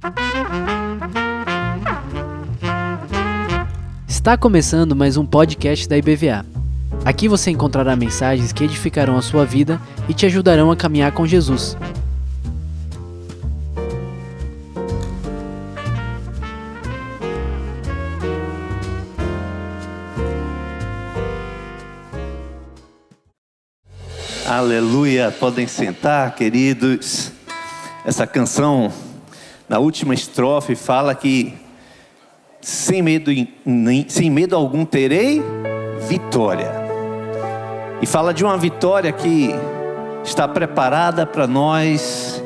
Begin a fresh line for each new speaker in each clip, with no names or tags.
Está começando mais um podcast da IBVA. Aqui você encontrará mensagens que edificarão a sua vida e te ajudarão a caminhar com Jesus.
Aleluia, podem sentar, queridos. Essa canção, na última estrofe, fala que sem medo algum terei vitória. E fala de uma vitória que está preparada para nós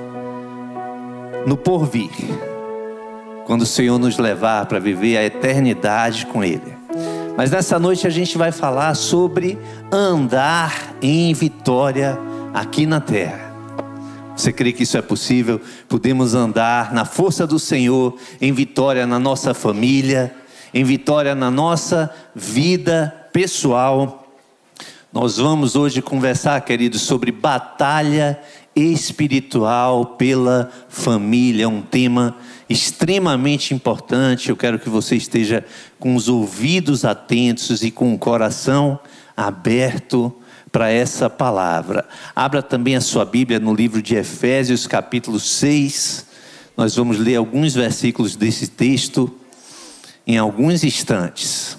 no porvir, quando o Senhor nos levar para viver a eternidade com Ele. Mas nessa noite a gente vai falar sobre andar em vitória aqui na terra. Você crê que isso é possível? Podemos andar na força do Senhor, em vitória na nossa família, em vitória na nossa vida pessoal. Nós vamos hoje conversar, queridos, sobre batalha espiritual pela família, um tema extremamente importante. Eu quero que você esteja com os ouvidos atentos e com o coração aberto para essa palavra. Abra também a sua Bíblia no livro de Efésios, capítulo 6. Nós vamos ler alguns versículos desse texto em alguns instantes.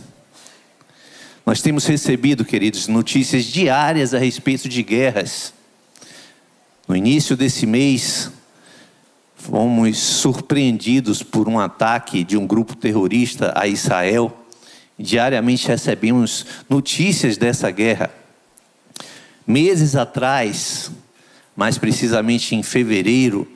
Nós temos recebido, queridos, notícias diárias a respeito de guerras. No início desse mês, fomos surpreendidos por um ataque de um grupo terrorista a Israel. Diariamente recebemos notícias dessa guerra. Meses atrás, mais precisamente em fevereiro,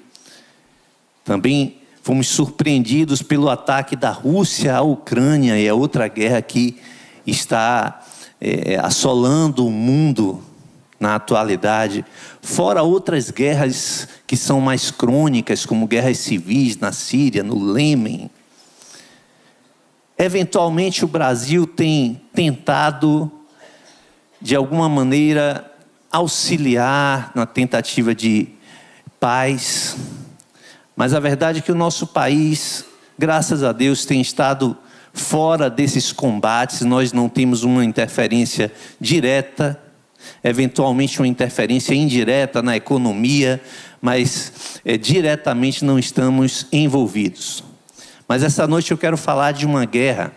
também fomos surpreendidos pelo ataque da Rússia à Ucrânia, e a outra guerra que está assolando o mundo na atualidade, fora outras guerras que são mais crônicas, como guerras civis na Síria, no Iêmen. Eventualmente o Brasil tem tentado, de alguma maneira, auxiliar na tentativa de paz, mas a verdade é que o nosso país, graças a Deus, tem estado fora desses combates. Nós não temos uma interferência direta, eventualmente uma interferência indireta na economia, mas diretamente não estamos envolvidos. Mas essa noite eu quero falar de uma guerra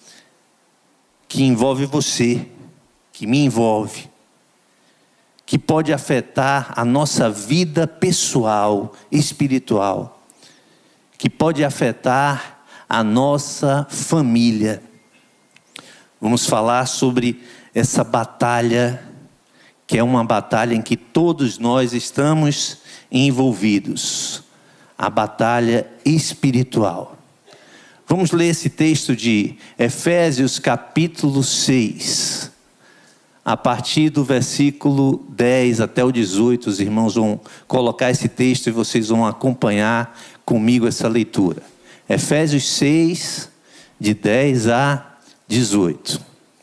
que envolve você, que me envolve, que pode afetar a nossa vida pessoal, espiritual, que pode afetar a nossa família. Vamos falar sobre essa batalha, que é uma batalha em que todos nós estamos envolvidos, a batalha espiritual. Vamos ler esse texto de Efésios capítulo 6, a partir do versículo 10 até o 18, os irmãos vão colocar esse texto e vocês vão acompanhar comigo essa leitura. Efésios 6, de 10 a 18.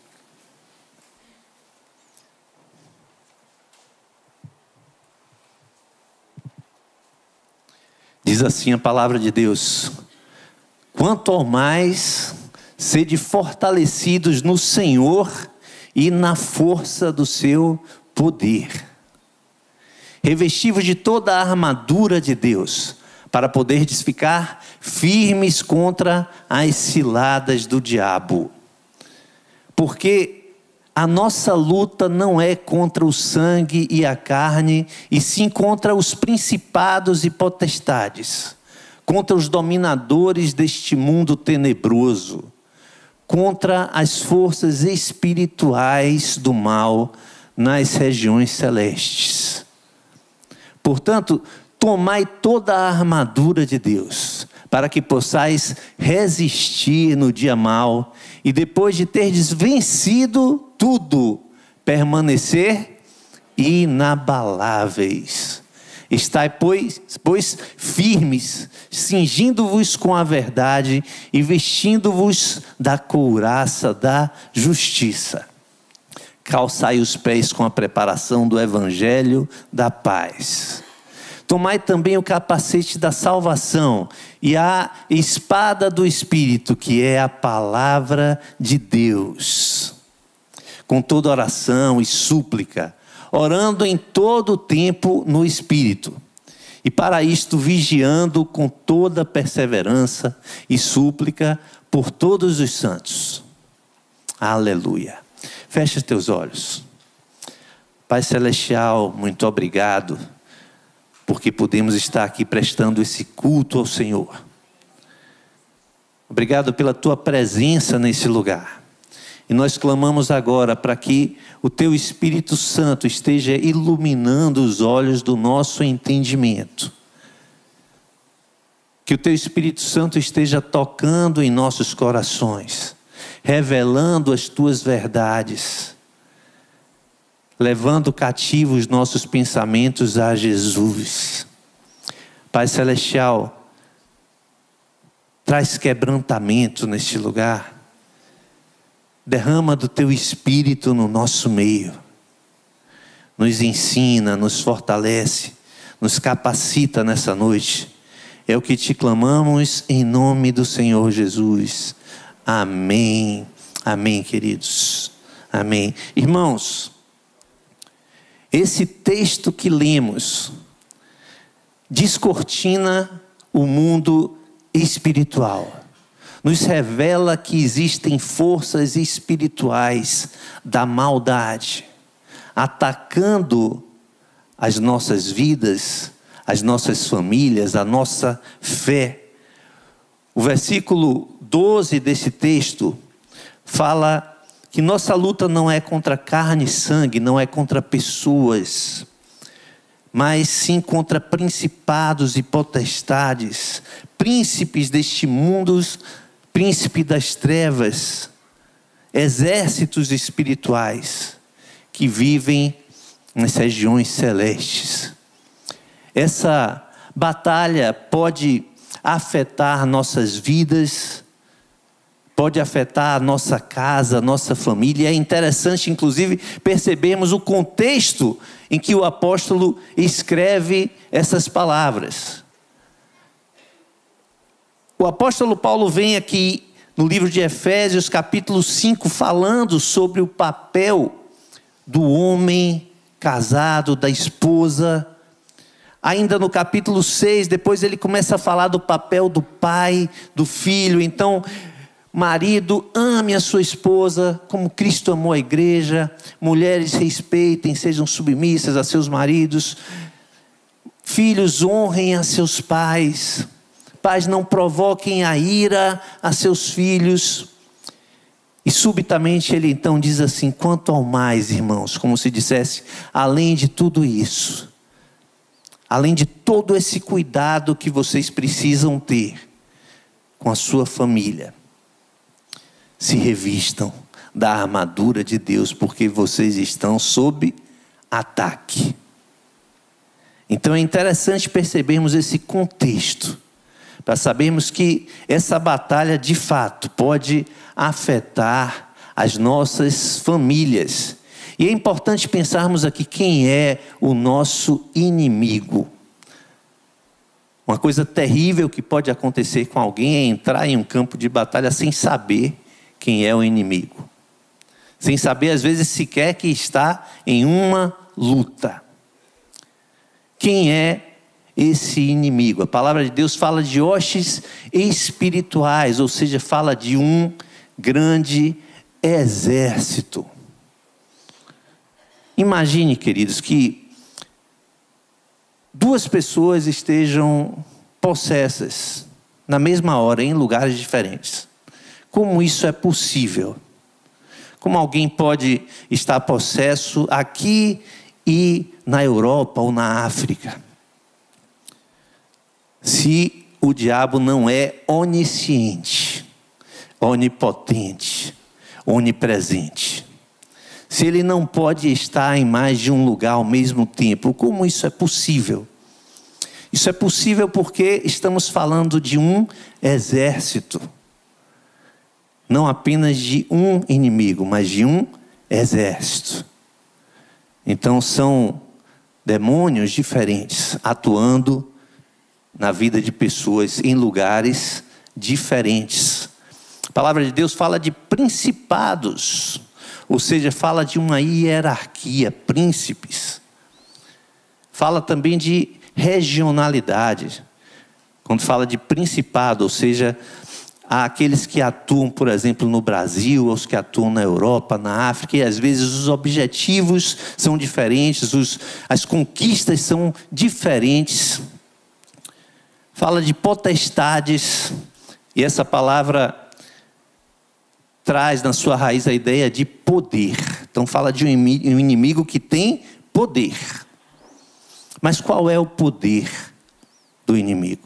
Diz assim a palavra de Deus: quanto ao mais, sede fortalecidos no Senhor e na força do seu poder. Revesti-vos de toda a armadura de Deus, para poderdes ficar firmes contra as ciladas do diabo. Porque a nossa luta não é contra o sangue e a carne, e sim contra os principados e potestades, contra os dominadores deste mundo tenebroso, contra as forças espirituais do mal nas regiões celestes. Portanto, tomai toda a armadura de Deus, para que possais resistir no dia mau, e depois de terdes vencido tudo, permanecer inabaláveis. Estai, pois firmes, cingindo-vos com a verdade e vestindo-vos da couraça da justiça. Calçai os pés com a preparação do evangelho da paz. Tomai também o capacete da salvação e a espada do Espírito, que é a palavra de Deus. Com toda oração e súplica, orando em todo o tempo no Espírito. E para isto vigiando com toda perseverança e súplica por todos os santos. Aleluia. Fecha os teus olhos. Pai Celestial, muito obrigado, porque podemos estar aqui prestando esse culto ao Senhor. Obrigado pela tua presença nesse lugar. E nós clamamos agora para que o teu Espírito Santo esteja iluminando os olhos do nosso entendimento. Que o teu Espírito Santo esteja tocando em nossos corações, revelando as tuas verdades, levando cativos os nossos pensamentos a Jesus. Pai Celestial, traz quebrantamento neste lugar. Derrama do teu Espírito no nosso meio. Nos ensina, nos fortalece, nos capacita nessa noite. É o que te clamamos em nome do Senhor Jesus. Amém. Amém, queridos. Amém. Irmãos, esse texto que lemos descortina o mundo espiritual. Nos revela que existem forças espirituais da maldade, atacando as nossas vidas, as nossas famílias, a nossa fé. O versículo 12 desse texto fala que nossa luta não é contra carne e sangue, não é contra pessoas, mas sim contra principados e potestades, príncipes deste mundo, príncipe das trevas, exércitos espirituais que vivem nas regiões celestes. Essa batalha pode afetar nossas vidas, pode afetar a nossa casa, a nossa família. É interessante, inclusive, percebermos o contexto em que o apóstolo escreve essas palavras. O apóstolo Paulo vem aqui no livro de Efésios, capítulo 5, falando sobre o papel do homem casado, da esposa. Ainda no capítulo 6, depois ele começa a falar do papel do pai, do filho. Então, marido, ame a sua esposa como Cristo amou a igreja. Mulheres, respeitem, sejam submissas a seus maridos. Filhos, honrem a seus pais. Pais, não provoquem a ira a seus filhos. E subitamente ele então diz assim: quanto ao mais, irmãos, como se dissesse, além de tudo isso, além de todo esse cuidado que vocês precisam ter com a sua família, se revistam da armadura de Deus, porque vocês estão sob ataque. Então é interessante percebermos esse contexto, para sabermos que essa batalha de fato pode afetar as nossas famílias. E é importante pensarmos aqui quem é o nosso inimigo. Uma coisa terrível que pode acontecer com alguém é entrar em um campo de batalha sem saber quem é o inimigo. Sem saber, às vezes, sequer que está em uma luta. Quem é esse inimigo? A palavra de Deus fala de hostes espirituais, ou seja, fala de um grande exército. Imagine, queridos, que duas pessoas estejam possessas na mesma hora, em lugares diferentes. Como isso é possível? Como alguém pode estar possesso aqui e na Europa ou na África? Se o diabo não é onisciente, onipotente, onipresente. Se ele não pode estar em mais de um lugar ao mesmo tempo, como isso é possível? Isso é possível porque estamos falando de um exército. Não apenas de um inimigo, mas de um exército. Então são demônios diferentes atuando na vida de pessoas em lugares diferentes. A palavra de Deus fala de principados, ou seja, fala de uma hierarquia, príncipes. Fala também de regionalidade. Quando fala de principado, ou seja, há aqueles que atuam, por exemplo, no Brasil, os que atuam na Europa, na África, e às vezes os objetivos são diferentes, as conquistas são diferentes. Fala de potestades, e essa palavra traz na sua raiz a ideia de poder. Então fala de um inimigo que tem poder. Mas qual é o poder do inimigo?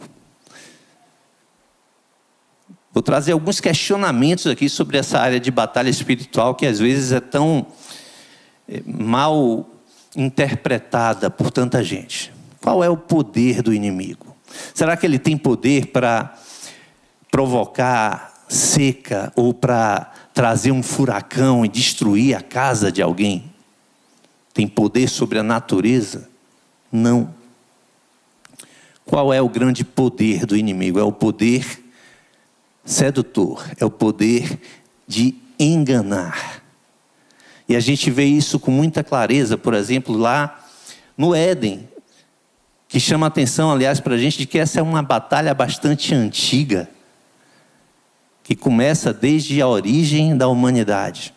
Vou trazer alguns questionamentos aqui sobre essa área de batalha espiritual que às vezes é tão mal interpretada por tanta gente. Qual é o poder do inimigo? Será que ele tem poder para provocar seca ou para trazer um furacão e destruir a casa de alguém? Tem poder sobre a natureza? Não. Qual é o grande poder do inimigo? É o poder sedutor, é o poder de enganar. E a gente vê isso com muita clareza, por exemplo, lá no Éden, que chama a atenção, aliás, para a gente, de que essa é uma batalha bastante antiga, que começa desde a origem da humanidade.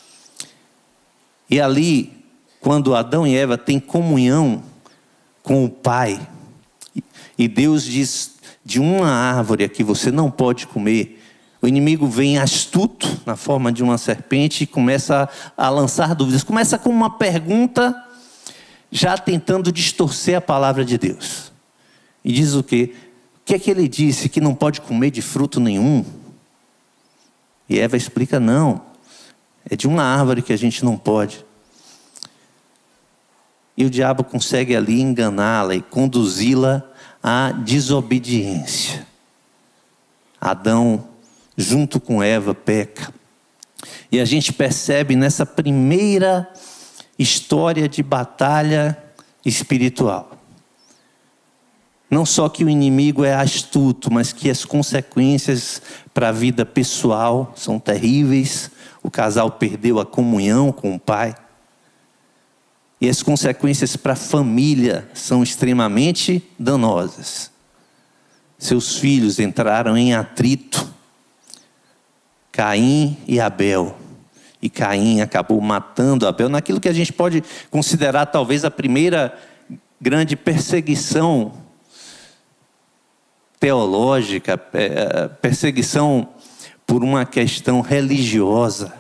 E ali, quando Adão e Eva têm comunhão com o Pai, e Deus diz, de uma árvore que você não pode comer, o inimigo vem astuto, na forma de uma serpente, e começa a lançar dúvidas. Começa com uma pergunta, já tentando distorcer a palavra de Deus. E diz o quê? O que é que ele disse? Que não pode comer de fruto nenhum? E Eva explica, não, é de uma árvore que a gente não pode. E o diabo consegue ali enganá-la e conduzi-la à desobediência. Adão, junto com Eva, peca. E a gente percebe nessa primeira história de batalha espiritual, não só que o inimigo é astuto, mas que as consequências para a vida pessoal são terríveis. O casal perdeu a comunhão com o Pai. E as consequências para a família são extremamente danosas. Seus filhos entraram em atrito, Caim e Abel. E Caim acabou matando Abel naquilo que a gente pode considerar talvez a primeira grande perseguição teológica, perseguição por uma questão religiosa.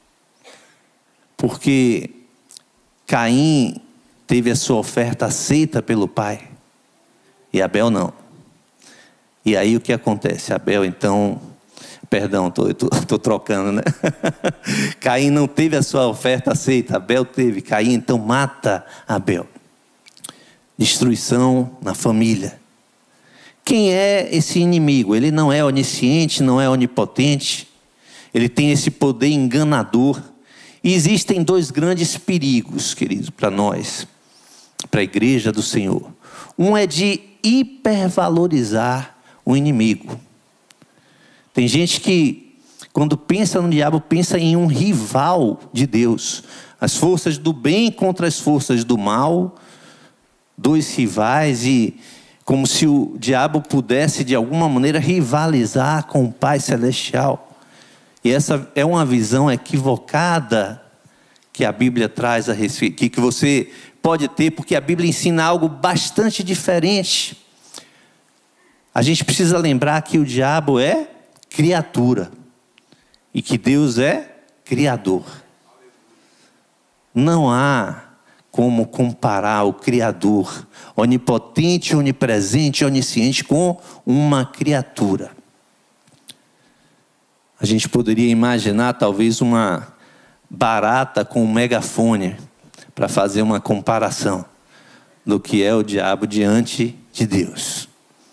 Porque Caim teve a sua oferta aceita pelo pai, e Abel não. E aí o que acontece? Abel então, perdão, estou trocando, né? Caim não teve a sua oferta aceita, Abel teve. Caim então mata Abel. Destruição na família. Quem é esse inimigo? Ele não é onisciente, não é onipotente. Ele tem esse poder enganador. E existem dois grandes perigos, queridos, para nós, para a igreja do Senhor. Um é de hipervalorizar o inimigo. Tem gente que, quando pensa no diabo, pensa em um rival de Deus. As forças do bem contra as forças do mal, dois rivais, e como se o diabo pudesse, de alguma maneira, rivalizar com o Pai Celestial. E essa é uma visão equivocada que a Bíblia traz a respeito, que você pode ter, porque a Bíblia ensina algo bastante diferente. A gente precisa lembrar que o diabo é criatura e que Deus é criador. Não há como comparar o Criador, onipotente, onipresente, onisciente, com uma criatura. A gente poderia imaginar talvez uma barata com um megafone, para fazer uma comparação do que é o diabo diante de Deus.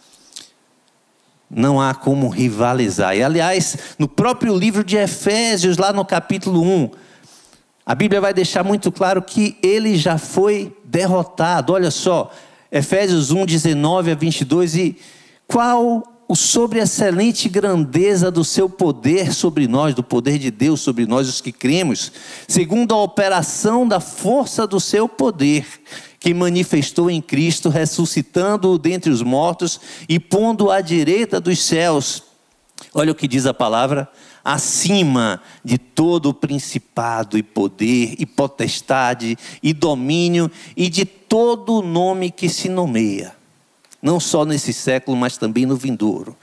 Não há como rivalizar. E aliás, no próprio livro de Efésios, lá no capítulo 1, A Bíblia vai deixar muito claro que ele já foi derrotado. Olha só, Efésios 1, 19 a 22. E qual o sobreexcelente grandeza do seu poder sobre nós, do poder de Deus sobre nós, os que cremos, segundo a operação da força do seu poder, que manifestou em Cristo, ressuscitando-o dentre os mortos e pondo-o à direita dos céus. Olha o que diz a palavra: acima de todo o principado e poder e potestade e domínio e de todo o nome que se nomeia, não só nesse século, mas também no vindouro.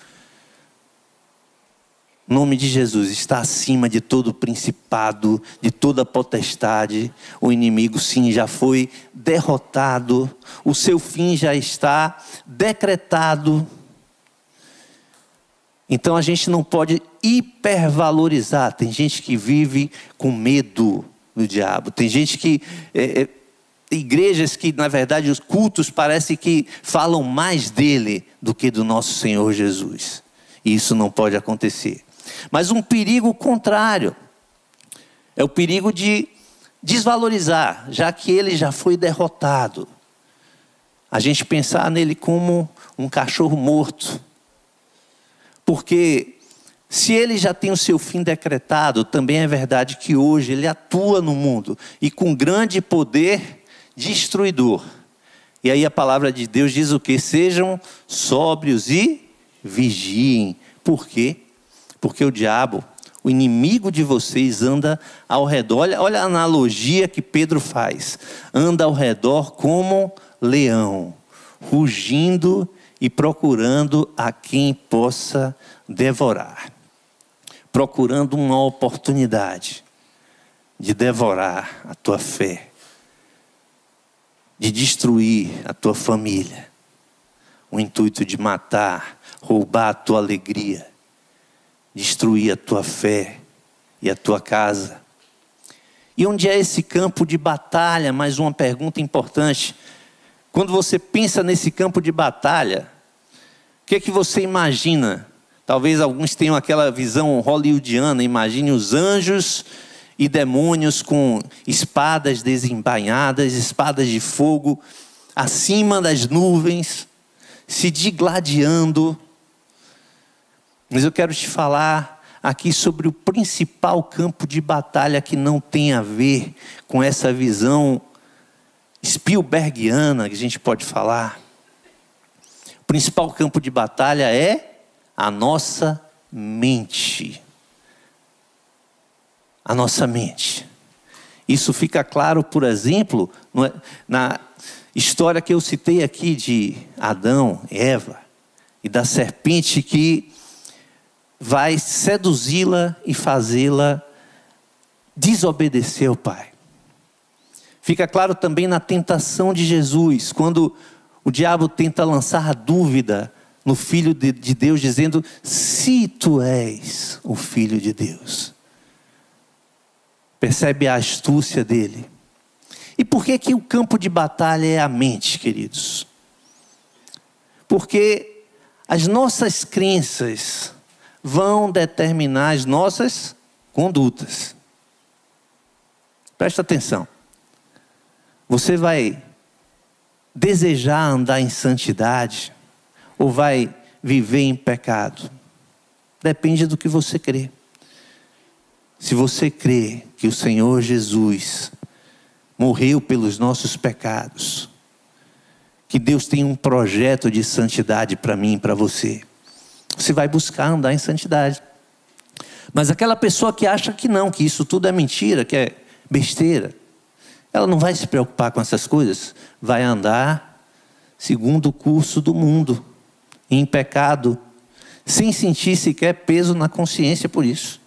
O nome de Jesus está acima de todo o principado, de toda a potestade. O inimigo, sim, já foi derrotado, o seu fim já está decretado. Então a gente não pode hipervalorizar. Tem gente que vive com medo do diabo. Tem gente que... igrejas que, na verdade, os cultos parece que falam mais dele do que do nosso Senhor Jesus. E isso não pode acontecer. Mas um perigo contrário é o perigo de desvalorizar, já que ele já foi derrotado. A gente pensar nele como um cachorro morto. Porque se ele já tem o seu fim decretado, também é verdade que hoje ele atua no mundo e com grande poder destruidor. E aí a palavra de Deus diz o quê? Sejam sóbrios e vigiem. Por quê? Porque o diabo, o inimigo de vocês, anda ao redor. Olha a analogia que Pedro faz. Anda ao redor como leão, rugindo e procurando a quem possa devorar. Procurando uma oportunidade de devorar a tua fé, de destruir a tua família. O intuito de matar, roubar a tua alegria, destruir a tua fé e a tua casa. E onde é esse campo de batalha? Mais uma pergunta importante. Quando você pensa nesse campo de batalha, o que é que você imagina? Talvez alguns tenham aquela visão hollywoodiana. Imagine os anjos e demônios com espadas desembainhadas, espadas de fogo, acima das nuvens, se digladiando. Mas eu quero te falar aqui sobre o principal campo de batalha que não tem a ver com essa visão Spielbergiana que a gente pode falar. O principal campo de batalha é a nossa mente. A nossa mente. Isso fica claro, por exemplo, na história que eu citei aqui de Adão, Eva, e da serpente que vai seduzi-la e fazê-la desobedecer ao Pai. Fica claro também na tentação de Jesus, quando o diabo tenta lançar a dúvida no Filho de Deus, dizendo: se tu és o Filho de Deus. Percebe a astúcia dele. E por que o campo de batalha é a mente, queridos? Porque as nossas crenças vão determinar as nossas condutas. Presta atenção. Você vai desejar andar em santidade ou vai viver em pecado? Depende do que você crê. Se você crê que o Senhor Jesus morreu pelos nossos pecados, que Deus tem um projeto de santidade para mim e para você, você vai buscar andar em santidade. Mas aquela pessoa que acha que não, que isso tudo é mentira, que é besteira, ela não vai se preocupar com essas coisas, vai andar segundo o curso do mundo, em pecado, sem sentir sequer peso na consciência por isso.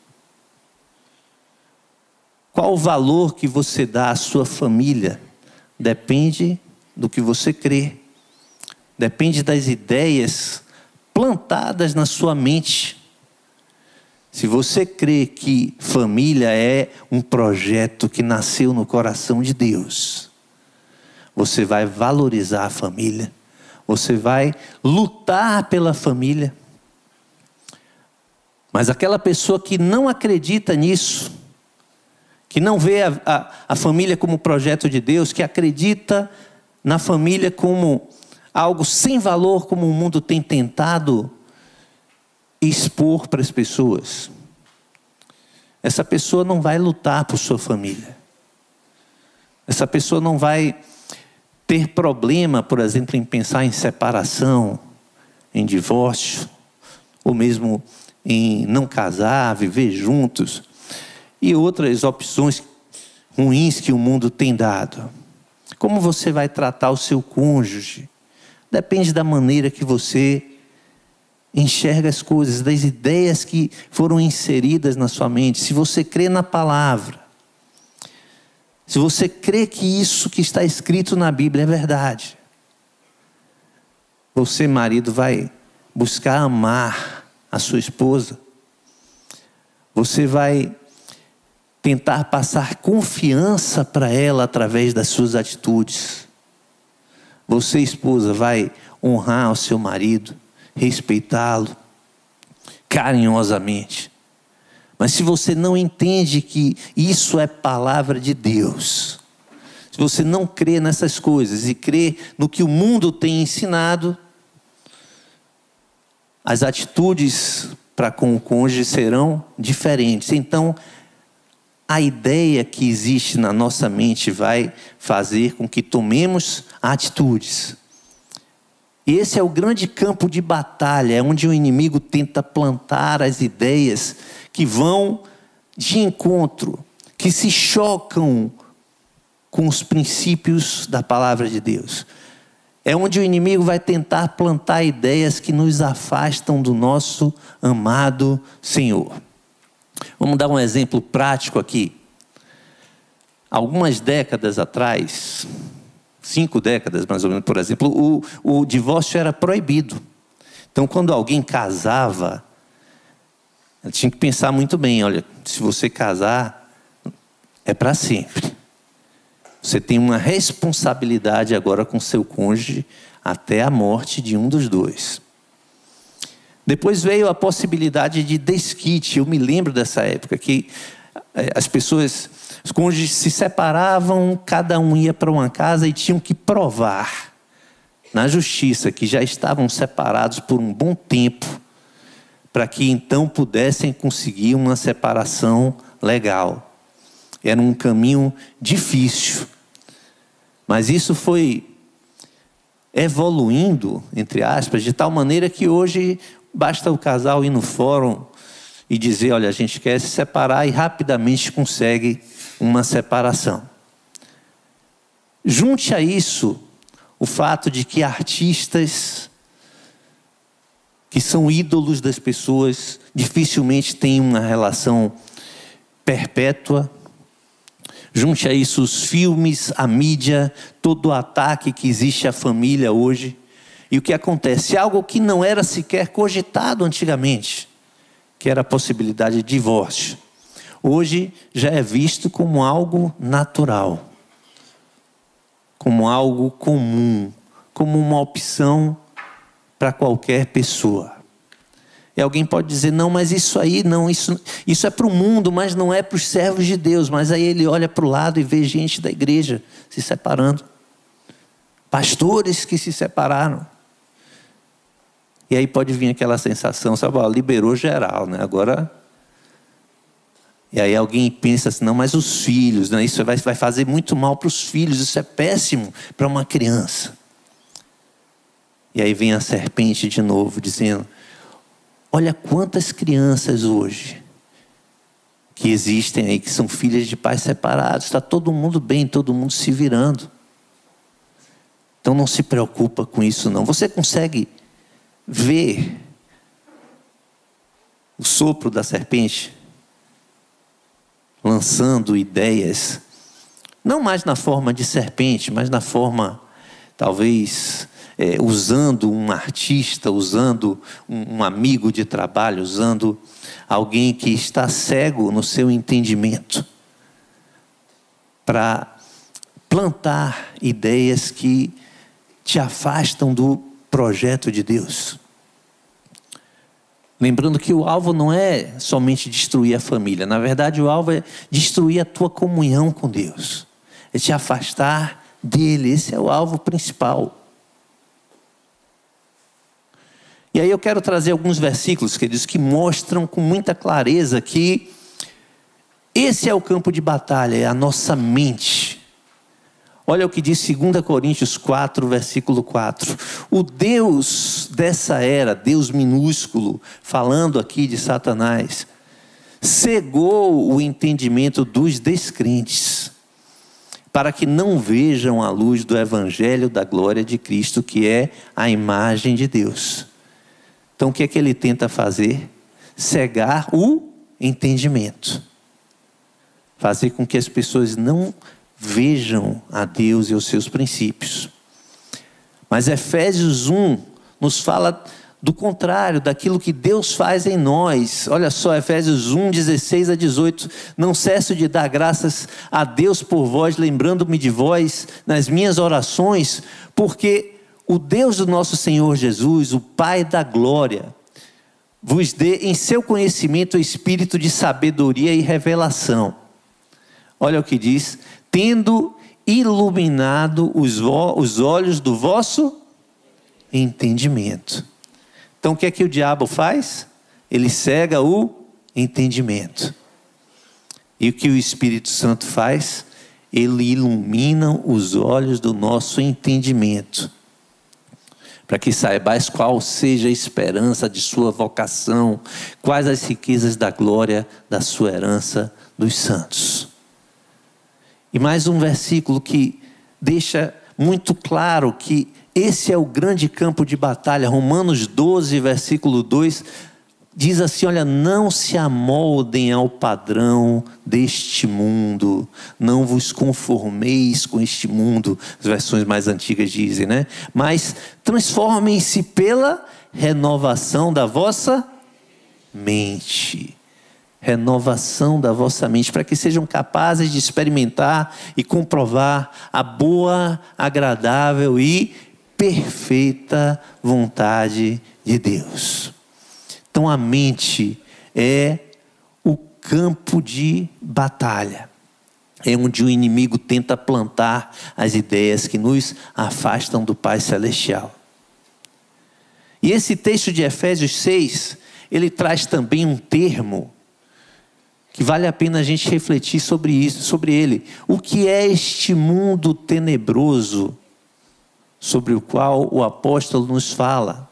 Qual o valor que você dá à sua família? Depende do que você crê. Depende das ideias plantadas na sua mente. Se você crê que família é um projeto que nasceu no coração de Deus, você vai valorizar a família. Você vai lutar pela família. Mas aquela pessoa que não acredita nisso, que não vê a família como projeto de Deus, que acredita na família como algo sem valor, como o mundo tem tentado expor para as pessoas. Essa pessoa não vai lutar por sua família. Essa pessoa não vai ter problema, por exemplo, em pensar em separação, em divórcio, ou mesmo em não casar, viver juntos, e outras opções ruins que o mundo tem dado. Como você vai tratar o seu cônjuge? Depende da maneira que você enxerga as coisas, das ideias que foram inseridas na sua mente. Se você crê na palavra, se você crê que isso que está escrito na Bíblia é verdade, você, marido, vai buscar amar a sua esposa. Você vai tentar passar confiança para ela através das suas atitudes. Você, esposa, vai honrar o seu marido, respeitá-lo carinhosamente. Mas se você não entende que isso é palavra de Deus, se você não crê nessas coisas e crê no que o mundo tem ensinado, as atitudes para com o cônjuge serão diferentes. Então, a ideia que existe na nossa mente vai fazer com que tomemos atitudes. E esse é o grande campo de batalha, é onde o inimigo tenta plantar as ideias que vão de encontro, que se chocam com os princípios da palavra de Deus. É onde o inimigo vai tentar plantar ideias que nos afastam do nosso amado Senhor. Vamos dar um exemplo prático aqui. Algumas décadas atrás, 5 décadas mais ou menos, por exemplo, o divórcio era proibido. Então, quando alguém casava, ele tinha que pensar muito bem, olha, se você casar, é para sempre. Você tem uma responsabilidade agora com seu cônjuge até a morte de um dos dois. Depois veio a possibilidade de desquite. Eu me lembro dessa época que as pessoas, os cônjuges se separavam, cada um ia para uma casa e tinham que provar na justiça que já estavam separados por um bom tempo, para que então pudessem conseguir uma separação legal. Era um caminho difícil, mas isso foi evoluindo, entre aspas, de tal maneira que hoje basta o casal ir no fórum e dizer, olha, a gente quer se separar, e rapidamente consegue uma separação. Junte a isso o fato de que artistas que são ídolos das pessoas dificilmente têm uma relação perpétua. Junte a isso os filmes, a mídia, todo o ataque que existe à família hoje. E o que acontece? Algo que não era sequer cogitado antigamente, que era a possibilidade de divórcio, hoje já é visto como algo natural, como algo comum, como uma opção para qualquer pessoa. E alguém pode dizer, não, mas isso aí, não, isso é para o mundo, mas não é para os servos de Deus. Mas aí ele olha para o lado e vê gente da igreja se separando. Pastores que se separaram. E aí pode vir aquela sensação, sabe, ó, liberou geral, né? Agora... E aí alguém pensa assim, não, mas os filhos, né? Isso vai fazer muito mal para os filhos, isso é péssimo para uma criança. E aí vem a serpente de novo, dizendo, olha quantas crianças hoje que existem aí, que são filhas de pais separados. Está todo mundo bem, todo mundo se virando. Então não se preocupa com isso não. Você consegue ver o sopro da serpente lançando ideias, não mais na forma de serpente, mas na forma, talvez, usando um artista, usando um amigo de trabalho, usando alguém que está cego no seu entendimento, para plantar ideias que te afastam do projeto de Deus. Lembrando que o alvo não é somente destruir a família. Na verdade, o alvo é destruir a tua comunhão com Deus. É te afastar dele. Esse é o alvo principal. E aí eu quero trazer alguns versículos, queridos, que mostram com muita clareza que esse é o campo de batalha, é a nossa mente. Olha o que diz 2 Coríntios 4, versículo 4. O Deus dessa era, Deus minúsculo, falando aqui de Satanás, cegou o entendimento dos descrentes, para que não vejam a luz do evangelho da glória de Cristo, que é a imagem de Deus. Então o que é que ele tenta fazer? Cegar o entendimento. Fazer com que as pessoas não vejam a Deus e os seus princípios. Mas Efésios 1 nos fala do contrário, daquilo que Deus faz em nós. Olha só, Efésios 1, 16 a 18. Não cesso de dar graças a Deus por vós, lembrando-me de vós nas minhas orações, porque o Deus do nosso Senhor Jesus, o Pai da glória, vos dê em seu conhecimento o espírito de sabedoria e revelação. Olha o que diz: tendo iluminado os olhos do vosso entendimento. Então o que é que o diabo faz? Ele cega o entendimento. E o que o Espírito Santo faz? Ele ilumina os olhos do nosso entendimento, para que saibais qual seja a esperança de sua vocação, quais as riquezas da glória da sua herança dos santos. E mais um versículo que deixa muito claro que esse é o grande campo de batalha. Romanos 12, versículo 2, diz assim: olha, não se amoldem ao padrão deste mundo, não vos conformeis com este mundo. As versões mais antigas dizem, né? Mas transformem-se pela renovação da vossa mente. Renovação da vossa mente, para que sejam capazes de experimentar e comprovar a boa, agradável e perfeita vontade de Deus. Então a mente é o campo de batalha. É onde o inimigo tenta plantar as ideias que nos afastam do Pai Celestial. E esse texto de Efésios 6, ele traz também um termo que vale a pena a gente refletir sobre isso, sobre ele. O que é este mundo tenebroso sobre o qual o apóstolo nos fala?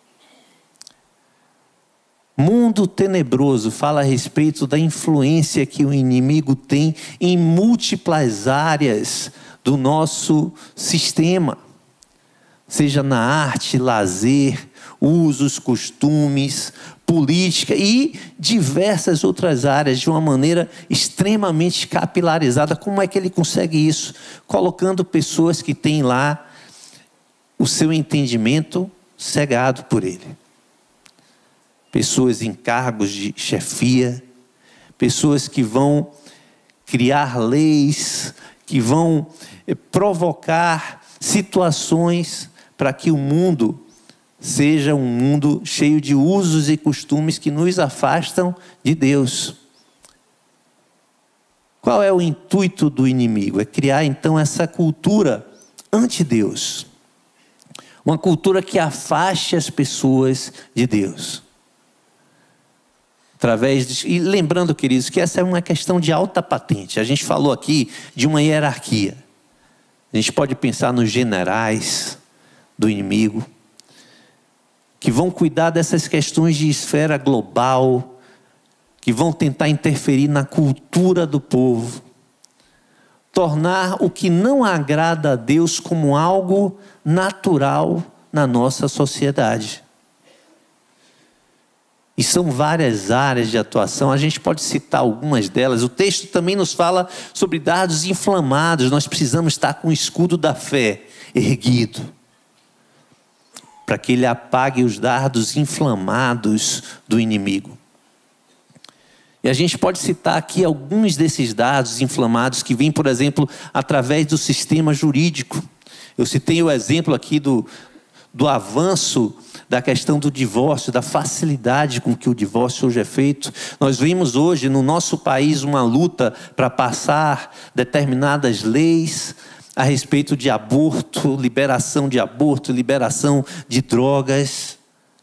Mundo tenebroso fala a respeito da influência que o inimigo tem em múltiplas áreas do nosso sistema, seja na arte, lazer, usos, costumes, política e diversas outras áreas, de uma maneira extremamente capilarizada. Como é que ele consegue isso? Colocando pessoas que têm lá o seu entendimento cegado por ele. Pessoas em cargos de chefia, pessoas que vão criar leis, que vão provocar situações para que o mundo seja um mundo cheio de usos e costumes que nos afastam de Deus. Qual é o intuito do inimigo? É criar então essa cultura anti-Deus. Uma cultura que afaste as pessoas de Deus. E lembrando, queridos, que essa é uma questão de alta patente. A gente falou aqui de uma hierarquia. A gente pode pensar nos generais do inimigo, que vão cuidar dessas questões de esfera global, que vão tentar interferir na cultura do povo, tornar o que não agrada a Deus como algo natural na nossa sociedade. E são várias áreas de atuação, a gente pode citar algumas delas. O texto também nos fala sobre dardos inflamados. Nós precisamos estar com o escudo da fé erguido, para que ele apague os dardos inflamados do inimigo. E a gente pode citar aqui alguns desses dardos inflamados que vêm, por exemplo, através do sistema jurídico. Eu citei o exemplo aqui do do avanço da questão do divórcio, da facilidade com que o divórcio hoje é feito. Nós vimos hoje no nosso país uma luta para passar determinadas leis a respeito de aborto, liberação de drogas.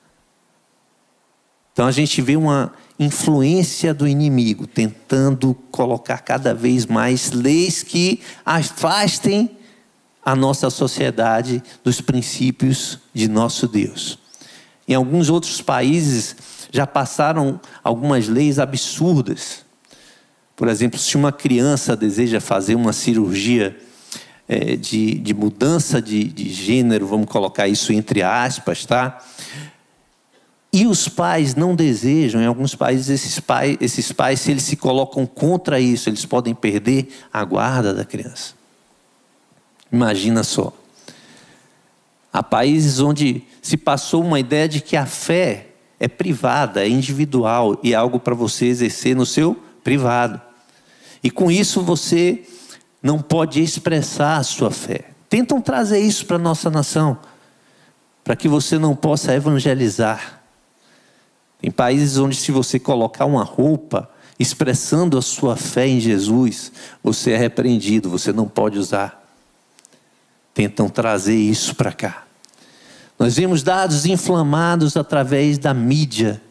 Então a gente vê uma influência do inimigo tentando colocar cada vez mais leis que afastem a nossa sociedade dos princípios de nosso Deus. Em alguns outros países já passaram algumas leis absurdas. Por exemplo, se uma criança deseja fazer uma cirurgia de mudança de gênero, vamos colocar isso entre aspas, tá? E os pais não desejam, em alguns países esses pais, se eles se colocam contra isso, eles podem perder a guarda da criança. Imagina só. Há países onde se passou uma ideia de que a fé é privada, é individual e é algo para você exercer no seu privado. E com isso você não pode expressar a sua fé. Tentam trazer isso para a nossa nação, para que você não possa evangelizar. Tem países onde se você colocar uma roupa expressando a sua fé em Jesus, você é repreendido, você não pode usar. Tentam trazer isso para cá. Nós vemos dados inflamados através da mídia.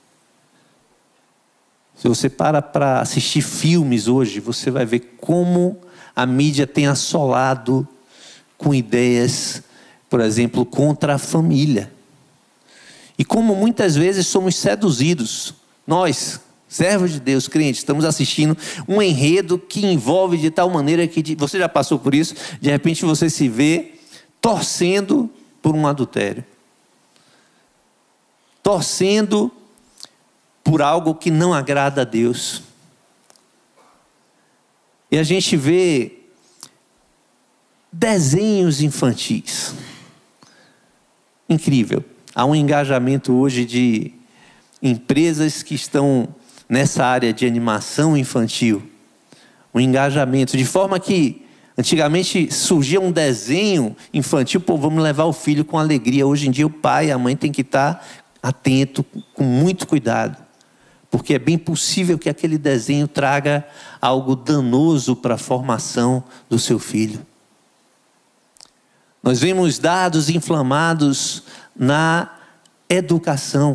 Se você para assistir filmes hoje, você vai ver como a mídia tem assolado com ideias, por exemplo, contra a família. E como muitas vezes somos seduzidos, nós, servos de Deus, crentes, estamos assistindo um enredo que envolve de tal maneira que, você já passou por isso, de repente você se vê torcendo por um adultério. Torcendo por algo que não agrada a Deus. E a gente vê desenhos infantis. Incrível. Há um engajamento hoje de empresas que estão nessa área de animação infantil. Um engajamento, de forma que antigamente surgia um desenho infantil, pô, vamos levar o filho com alegria. Hoje em dia o pai e a mãe têm que estar atento, com muito cuidado. Porque é bem possível que aquele desenho traga algo danoso para a formação do seu filho. Nós vemos dados inflamados na educação.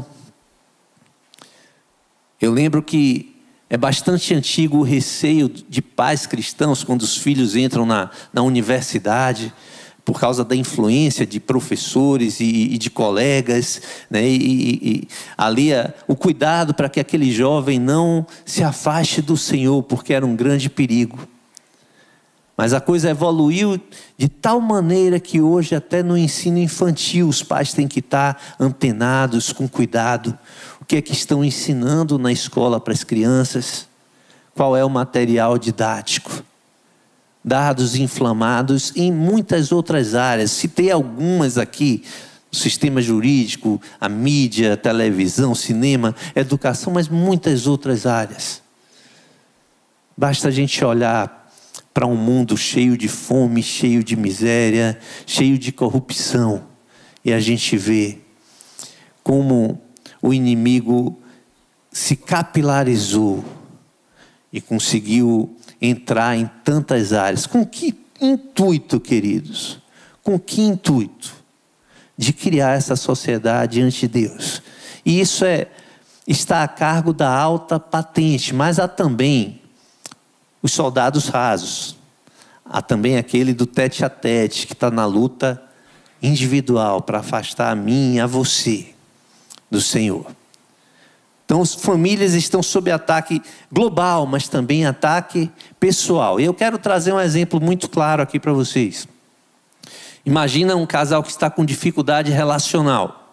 Eu lembro que é bastante antigo o receio de pais cristãos quando os filhos entram na universidade, por causa da influência de professores e de colegas, né? E ali o cuidado para que aquele jovem não se afaste do Senhor, porque era um grande perigo. Mas a coisa evoluiu de tal maneira que hoje até no ensino infantil os pais têm que estar antenados, com cuidado. O que é que estão ensinando na escola para as crianças? Qual é o material didático? Dados inflamados em muitas outras áreas. Citei algumas aqui: o sistema jurídico, a mídia, a televisão, cinema, educação, mas muitas outras áreas. Basta a gente olhar para um mundo cheio de fome, cheio de miséria, cheio de corrupção, e a gente vê como o inimigo se capilarizou e conseguiu entrar em tantas áreas. Com que intuito, queridos? Com que intuito? De criar essa sociedade ante Deus. E isso está a cargo da alta patente, mas há também os soldados rasos. Há também aquele do tete a tete, que está na luta individual para afastar a mim e a você do Senhor. Então as famílias estão sob ataque global, mas também ataque pessoal. E eu quero trazer um exemplo muito claro aqui para vocês. Imagina um casal que está com dificuldade relacional.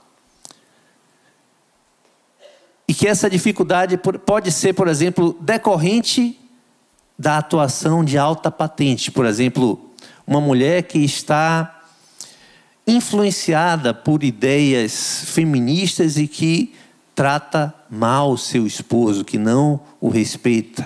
E que essa dificuldade pode ser, por exemplo, decorrente da atuação de alta patente. Por exemplo, uma mulher que está influenciada por ideias feministas e que trata mal seu esposo, que não o respeita.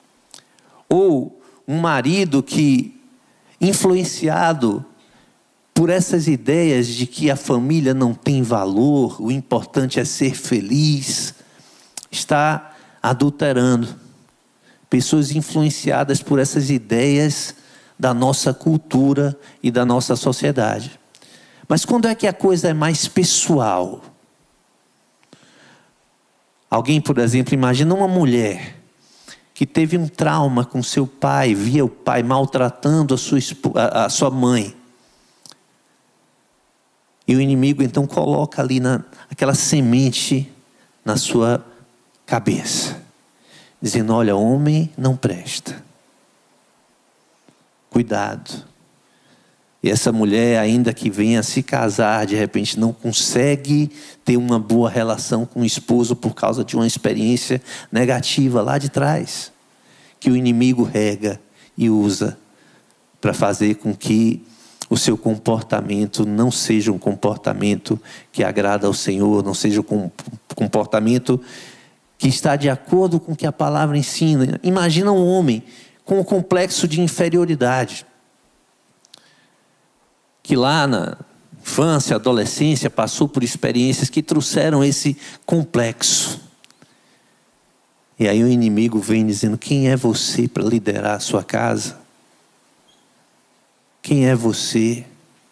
Ou um marido que, influenciado por essas ideias de que a família não tem valor, o importante é ser feliz, está adulterando. Pessoas influenciadas por essas ideias da nossa cultura e da nossa sociedade. Mas quando é que a coisa é mais pessoal? Alguém, por exemplo, imagina uma mulher que teve um trauma com seu pai, via o pai maltratando a sua mãe. E o inimigo então coloca ali aquela semente na sua cabeça, dizendo: olha, homem não presta. Cuidado. E essa mulher, ainda que venha a se casar, de repente não consegue ter uma boa relação com o esposo por causa de uma experiência negativa lá de trás, que o inimigo rega e usa para fazer com que o seu comportamento não seja um comportamento que agrada ao Senhor, não seja um comportamento que está de acordo com o que a palavra ensina. Imagina um homem com um complexo de inferioridade, que lá na infância, adolescência, passou por experiências que trouxeram esse complexo. E aí o inimigo vem dizendo: quem é você para liderar a sua casa? Quem é você?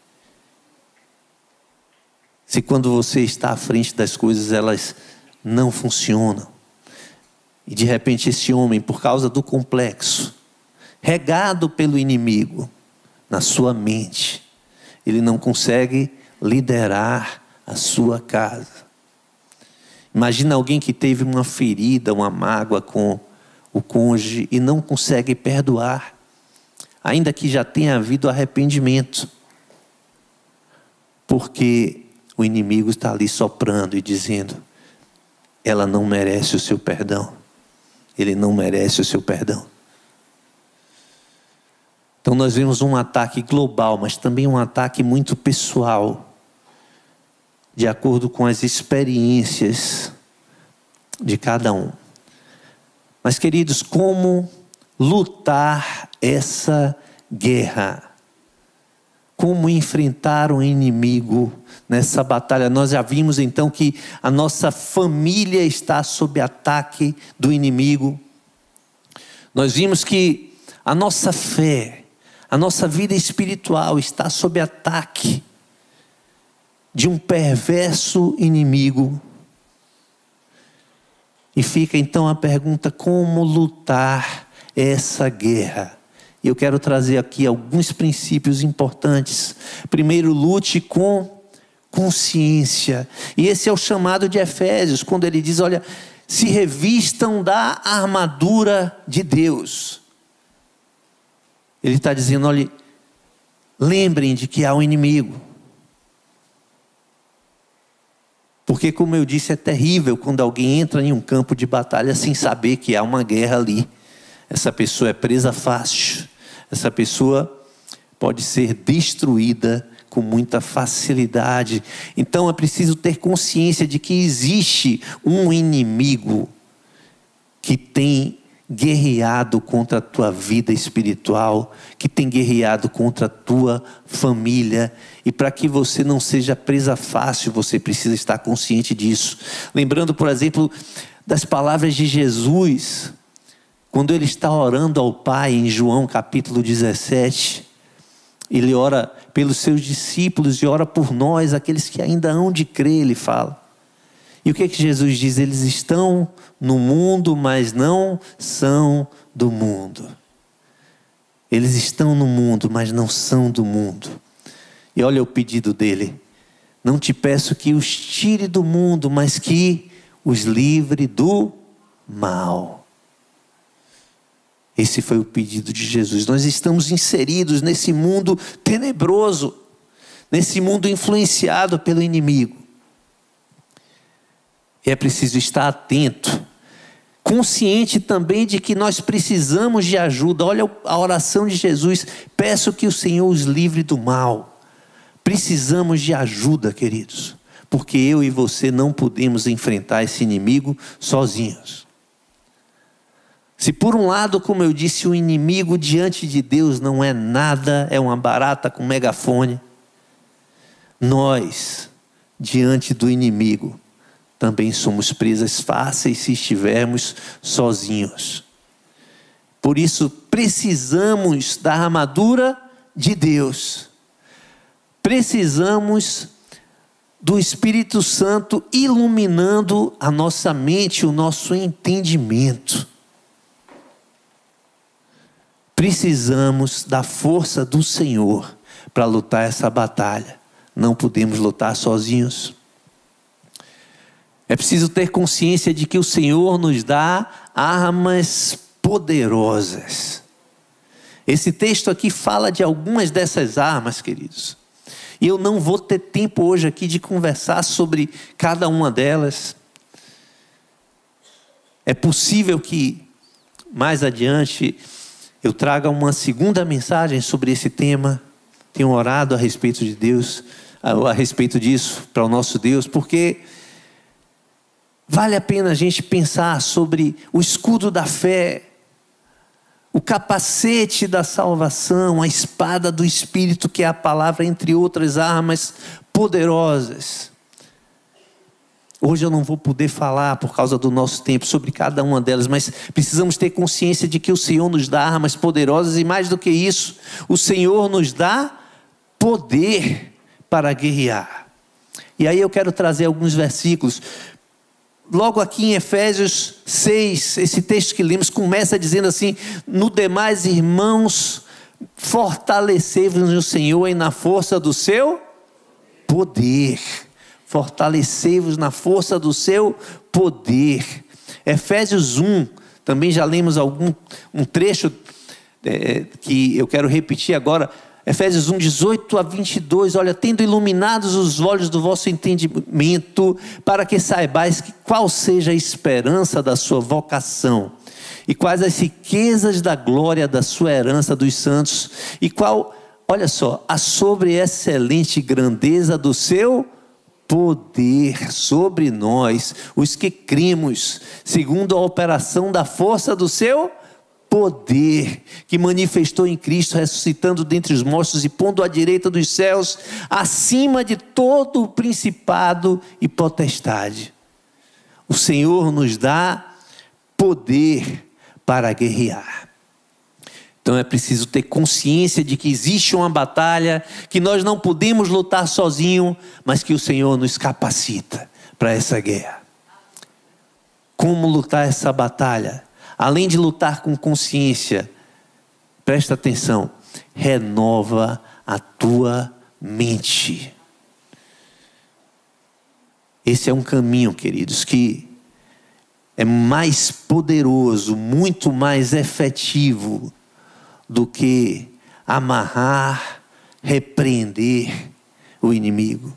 Se quando você está à frente das coisas, elas não funcionam. E de repente esse homem, por causa do complexo, regado pelo inimigo na sua mente, ele não consegue liderar a sua casa. Imagina alguém que teve uma ferida, uma mágoa com o cônjuge e não consegue perdoar, ainda que já tenha havido arrependimento, porque o inimigo está ali soprando e dizendo: ela não merece o seu perdão, ele não merece o seu perdão. Então nós vemos um ataque global, mas também um ataque muito pessoal, de acordo com as experiências de cada um. Mas, queridos, como lutar essa guerra? Como enfrentar o inimigo nessa batalha? Nós já vimos então que a nossa família está sob ataque do inimigo. Nós vimos que a nossa fé, a nossa vida espiritual está sob ataque de um perverso inimigo. E fica então a pergunta: como lutar essa guerra? E eu quero trazer aqui alguns princípios importantes. Primeiro, lute com consciência. E esse é o chamado de Efésios, quando ele diz: olha, se revistam da armadura de Deus. Ele está dizendo: olha, lembrem de que há um inimigo. Porque, como eu disse, é terrível quando alguém entra em um campo de batalha sem saber que há uma guerra ali. Essa pessoa é presa fácil. Essa pessoa pode ser destruída com muita facilidade. Então é preciso ter consciência de que existe um inimigo que tem guerreado contra a tua vida espiritual, que tem guerreado contra a tua família. E para que você não seja presa fácil, você precisa estar consciente disso. Lembrando, por exemplo, das palavras de Jesus, quando ele está orando ao Pai, em João capítulo 17, ele ora pelos seus discípulos e ora por nós, aqueles que ainda hão de crer, ele fala. E o que é que Jesus diz? Eles estão no mundo, mas não são do mundo. Eles estão no mundo, mas não são do mundo. E olha o pedido dele: não te peço que os tire do mundo, mas que os livre do mal. Esse foi o pedido de Jesus. Nós estamos inseridos nesse mundo tenebroso, nesse mundo influenciado pelo inimigo. E é preciso estar atento, consciente também de que nós precisamos de ajuda. Olha a oração de Jesus: peço que o Senhor os livre do mal. Precisamos de ajuda, queridos, porque eu e você não podemos enfrentar esse inimigo sozinhos. Se por um lado, como eu disse, o inimigo diante de Deus não é nada, é uma barata com megafone, nós, diante do inimigo, também somos presas fáceis se estivermos sozinhos. Por isso, precisamos da armadura de Deus. Precisamos do Espírito Santo iluminando a nossa mente, o nosso entendimento. Precisamos da força do Senhor para lutar essa batalha. Não podemos lutar sozinhos. É preciso ter consciência de que o Senhor nos dá armas poderosas. Esse texto aqui fala de algumas dessas armas, queridos. E eu não vou ter tempo hoje aqui de conversar sobre cada uma delas. É possível que mais adiante eu traga uma segunda mensagem sobre esse tema. Tenho orado a respeito de Deus, a respeito disso para o nosso Deus, porque vale a pena a gente pensar sobre o escudo da fé, o capacete da salvação, a espada do Espírito, que é a palavra, entre outras armas poderosas. Hoje eu não vou poder falar, por causa do nosso tempo, sobre cada uma delas, mas precisamos ter consciência de que o Senhor nos dá armas poderosas, e mais do que isso, o Senhor nos dá poder para guerrear. E aí eu quero trazer alguns versículos. Logo aqui em Efésios 6, esse texto que lemos começa dizendo assim: no demais, irmãos, fortalecei-vos no Senhor e na força do seu poder. Fortalecei-vos na força do seu poder. Efésios 1, também já lemos um trecho que eu quero repetir agora. Efésios 1, 18 a 22, olha, tendo iluminados os olhos do vosso entendimento, para que saibais qual seja a esperança da sua vocação, e quais as riquezas da glória da sua herança dos santos, e qual, olha só, a sobreexcelente grandeza do seu poder sobre nós, os que cremos, segundo a operação da força do seu poder, que manifestou em Cristo, ressuscitando dentre os mortos e pondo à direita dos céus, acima de todo o principado e potestade. O Senhor nos dá poder para guerrear. Então é preciso ter consciência de que existe uma batalha, que nós não podemos lutar sozinho, mas que o Senhor nos capacita para essa guerra. Como lutar essa batalha? Além de lutar com consciência, presta atenção, renova a tua mente. Esse é um caminho, queridos, que é mais poderoso, muito mais efetivo do que amarrar, repreender o inimigo.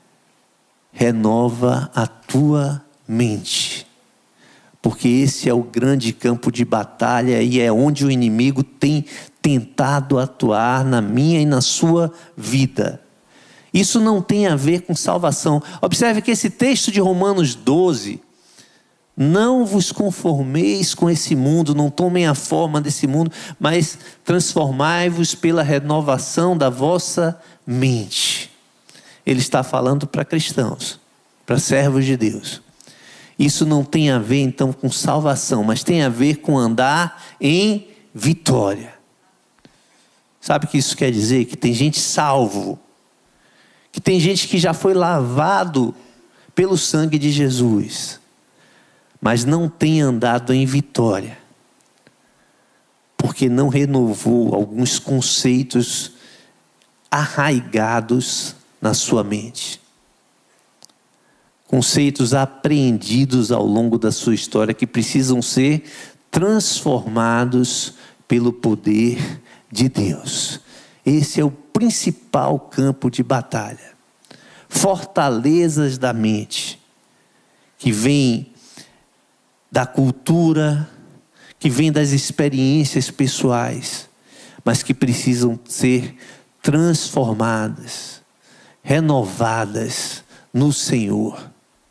Renova a tua mente. Porque esse é o grande campo de batalha e é onde o inimigo tem tentado atuar na minha e na sua vida. Isso não tem a ver com salvação. Observe que esse texto de Romanos 12, não vos conformeis com esse mundo, não tomem a forma desse mundo, mas transformai-vos pela renovação da vossa mente. Ele está falando para cristãos, para servos de Deus. Isso não tem a ver então com salvação, mas tem a ver com andar em vitória. Sabe o que isso quer dizer? Que tem gente salvo, que tem gente que já foi lavado pelo sangue de Jesus, mas não tem andado em vitória, porque não renovou alguns conceitos arraigados na sua mente. Conceitos apreendidos ao longo da sua história que precisam ser transformados pelo poder de Deus. Esse é o principal campo de batalha. Fortalezas da mente, que vêm da cultura, que vêm das experiências pessoais, mas que precisam ser transformadas, renovadas no Senhor.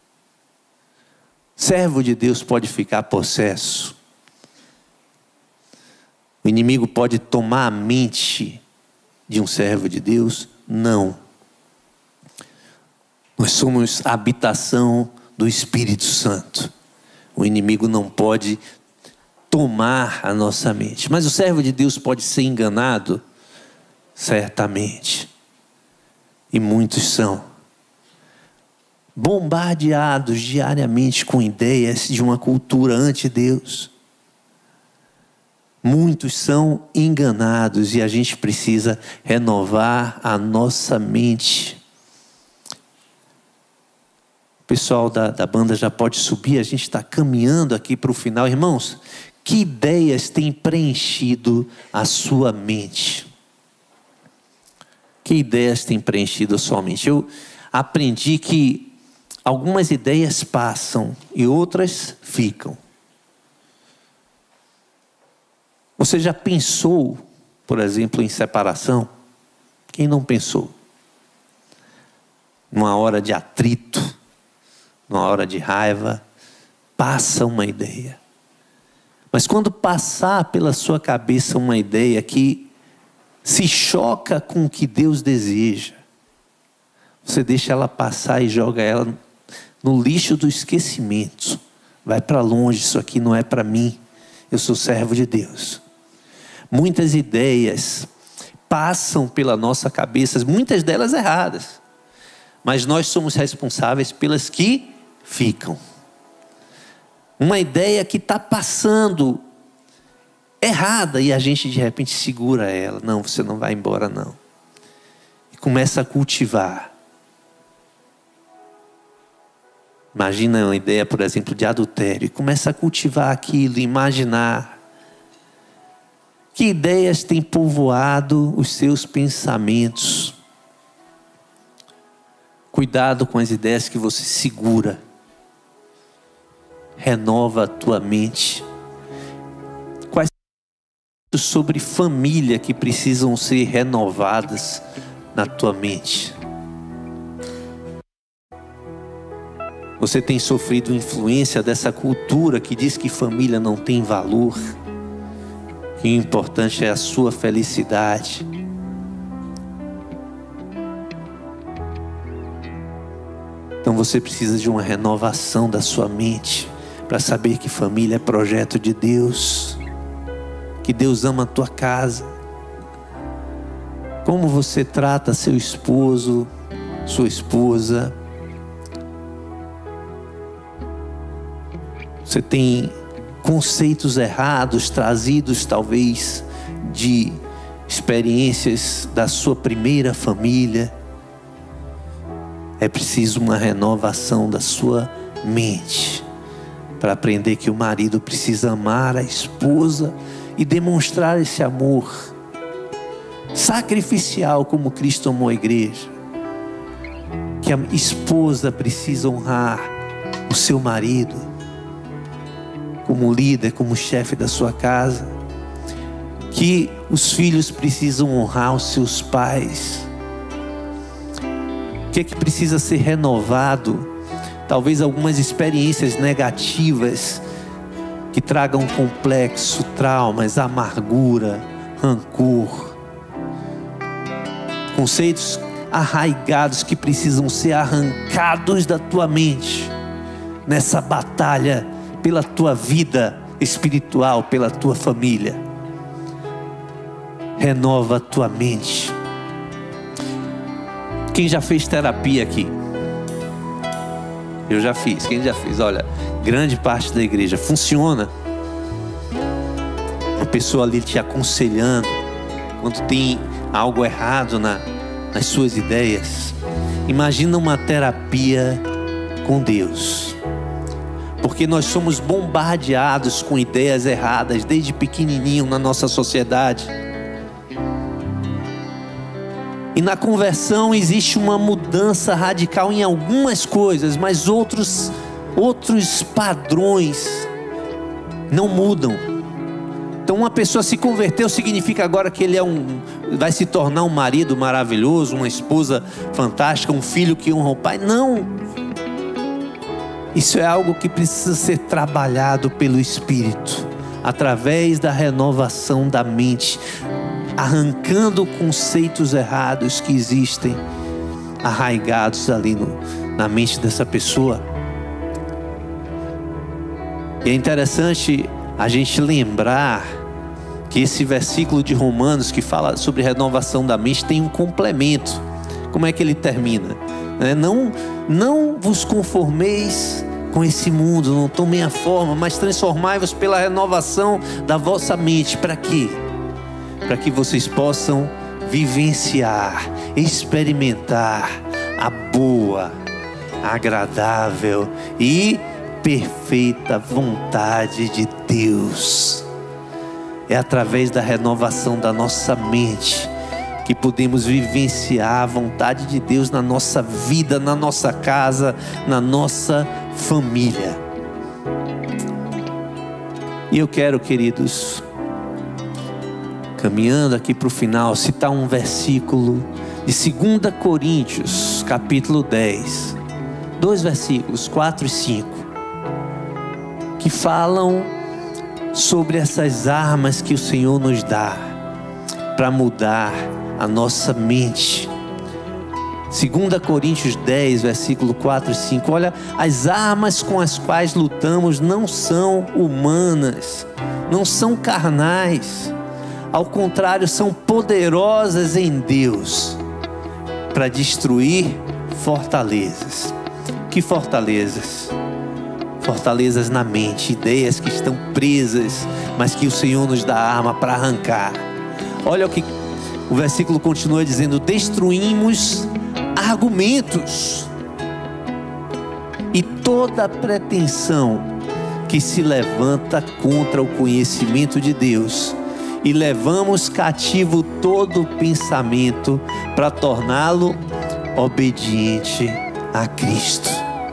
Servo de Deus pode ficar possesso. O inimigo pode tomar a mente de um servo de Deus? Não. Nós somos a habitação do Espírito Santo. O inimigo não pode tomar a nossa mente. Mas o servo de Deus pode ser enganado? Certamente. E muitos são. Bombardeados diariamente com ideias de uma cultura anti-Deus. Muitos são enganados e a gente precisa renovar a nossa mente. O pessoal da banda já pode subir, a gente está caminhando aqui para o final. Irmãos, que ideias têm preenchido a sua mente? Que ideias têm preenchido a sua mente? Eu aprendi que algumas ideias passam e outras ficam. Você já pensou, por exemplo, em separação? Quem não pensou? Numa hora de atrito, numa hora de raiva, passa uma ideia. Mas quando passar pela sua cabeça uma ideia que se choca com o que Deus deseja, você deixa ela passar e joga ela no lixo do esquecimento. Vai para longe, isso aqui não é para mim, eu sou servo de Deus. Muitas ideias passam pela nossa cabeça, muitas delas erradas. Mas nós somos responsáveis pelas que ficam. Uma ideia que está passando errada e a gente de repente segura ela. Não, você não vai embora não. E começa a cultivar. Imagina uma ideia, por exemplo, de adultério. E começa a cultivar aquilo, imaginar. Que ideias têm povoado os seus pensamentos? Cuidado com as ideias que você segura. Renova a tua mente. Quais sobre família que precisam ser renovadas na tua mente? Você tem sofrido influência dessa cultura que diz que família não tem valor? Que o importante é a sua felicidade. Então você precisa de uma renovação da sua mente para saber que família é projeto de Deus, que Deus ama a tua casa. Como você trata seu esposo, sua esposa. Você tem conceitos errados trazidos talvez de experiências da sua primeira família. É preciso uma renovação da sua mente para aprender que o marido precisa amar a esposa e demonstrar esse amor sacrificial como Cristo amou a igreja. Que a esposa precisa honrar o seu marido como líder, como chefe da sua casa. Que os filhos precisam honrar os seus pais. O que é que precisa ser renovado? Talvez algumas experiências negativas que tragam complexo, traumas, amargura, rancor. Conceitos arraigados que precisam ser arrancados da tua mente nessa batalha pela tua vida espiritual, pela tua família. Renova a tua mente. Quem já fez terapia aqui? Eu já fiz. Quem já fez? Olha, grande parte da igreja funciona. Uma pessoa ali te aconselhando quando tem algo errado nas suas ideias. Imagina uma terapia com Deus. Porque nós somos bombardeados com ideias erradas desde pequenininho na nossa sociedade. E na conversão existe uma mudança radical em algumas coisas, mas outros padrões não mudam. Então uma pessoa se converteu significa agora que ele vai se tornar um marido maravilhoso, uma esposa fantástica, um filho que honra o pai. Não. Isso é algo que precisa ser trabalhado pelo Espírito, através da renovação da mente, arrancando conceitos errados que existem, arraigados ali na mente dessa pessoa. E é interessante a gente lembrar que esse versículo de Romanos que fala sobre renovação da mente tem um complemento. Como é que ele termina? Não vos conformeis com esse mundo, não tomem a forma, mas transformai-vos pela renovação da vossa mente. Para quê? Para que vocês possam vivenciar, experimentar a boa, agradável e perfeita vontade de Deus. É através da renovação da nossa mente que podemos vivenciar a vontade de Deus na nossa vida, na nossa casa, na nossa família. E eu quero, queridos, caminhando aqui para o final, citar um versículo de 2 Coríntios, capítulo 10. 2 versículos, 4 e 5, que falam sobre essas armas que o Senhor nos dá para mudar a nossa mente. 2 Coríntios 10, versículo 4 e 5. Olha, as armas com as quais lutamos não são humanas, não são carnais. Ao contrário, são poderosas em Deus para destruir fortalezas. Que fortalezas? Fortalezas na mente, ideias que estão presas, mas que o Senhor nos dá arma para arrancar. Olha o que o versículo continua dizendo: destruímos argumentos e toda pretensão que se levanta contra o conhecimento de Deus, e levamos cativo todo pensamento para torná-lo obediente a Cristo.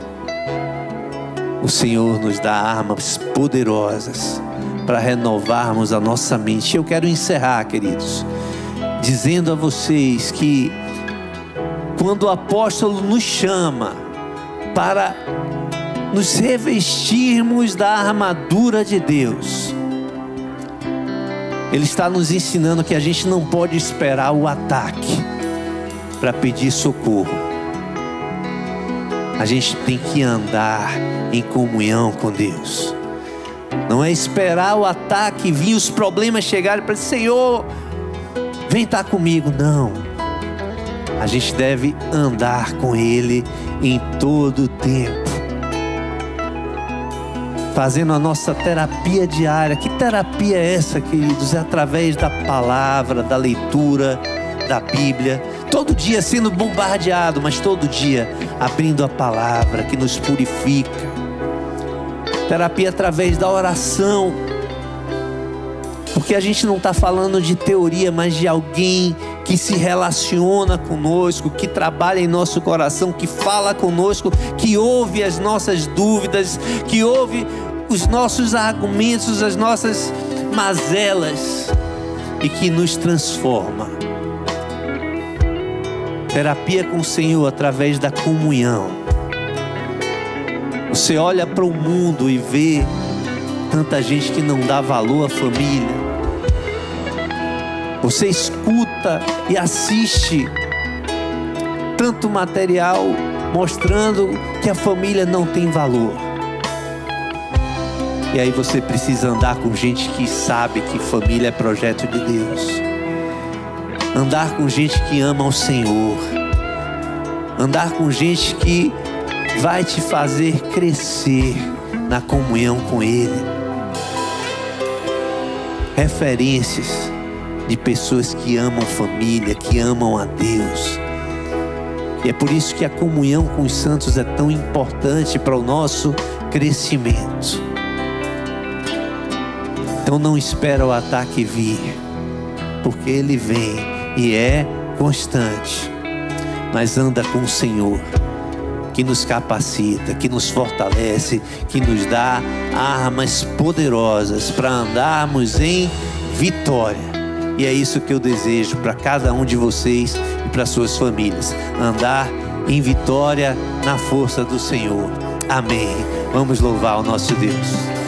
O Senhor nos dá armas poderosas para renovarmos a nossa mente. Eu quero encerrar, queridos, dizendo a vocês que quando o apóstolo nos chama para nos revestirmos da armadura de Deus, ele está nos ensinando que a gente não pode esperar o ataque para pedir socorro. A gente tem que andar em comunhão com Deus. Não é esperar o ataque vir, os problemas chegarem para dizer: Senhor, vem estar comigo. Não. A gente deve andar com Ele em todo o tempo, fazendo a nossa terapia diária. Que terapia é essa, queridos? É através da palavra, da leitura da Bíblia. Todo dia sendo bombardeado, mas todo dia abrindo a palavra que nos purifica. Terapia através da oração, porque a gente não está falando de teoria, mas de alguém que se relaciona conosco, que trabalha em nosso coração, que fala conosco, que ouve as nossas dúvidas, que ouve os nossos argumentos, as nossas mazelas, e que nos transforma. Terapia com o Senhor através da comunhão. Você olha para o mundo e vê tanta gente que não dá valor à família. Você escuta e assiste tanto material mostrando que a família não tem valor. E aí você precisa andar com gente que sabe que família é projeto de Deus. Andar com gente que ama o Senhor. Andar com gente que vai te fazer crescer na comunhão com Ele. Referências de pessoas que amam família, que amam a Deus. E é por isso que a comunhão com os santos é tão importante para o nosso crescimento. Então não espera o ataque vir, porque ele vem e é constante. Mas anda com o Senhor, que nos capacita, que nos fortalece, que nos dá armas poderosas para andarmos em vitória. E é isso que eu desejo para cada um de vocês e para suas famílias: andar em vitória na força do Senhor. Amém. Vamos louvar o nosso Deus.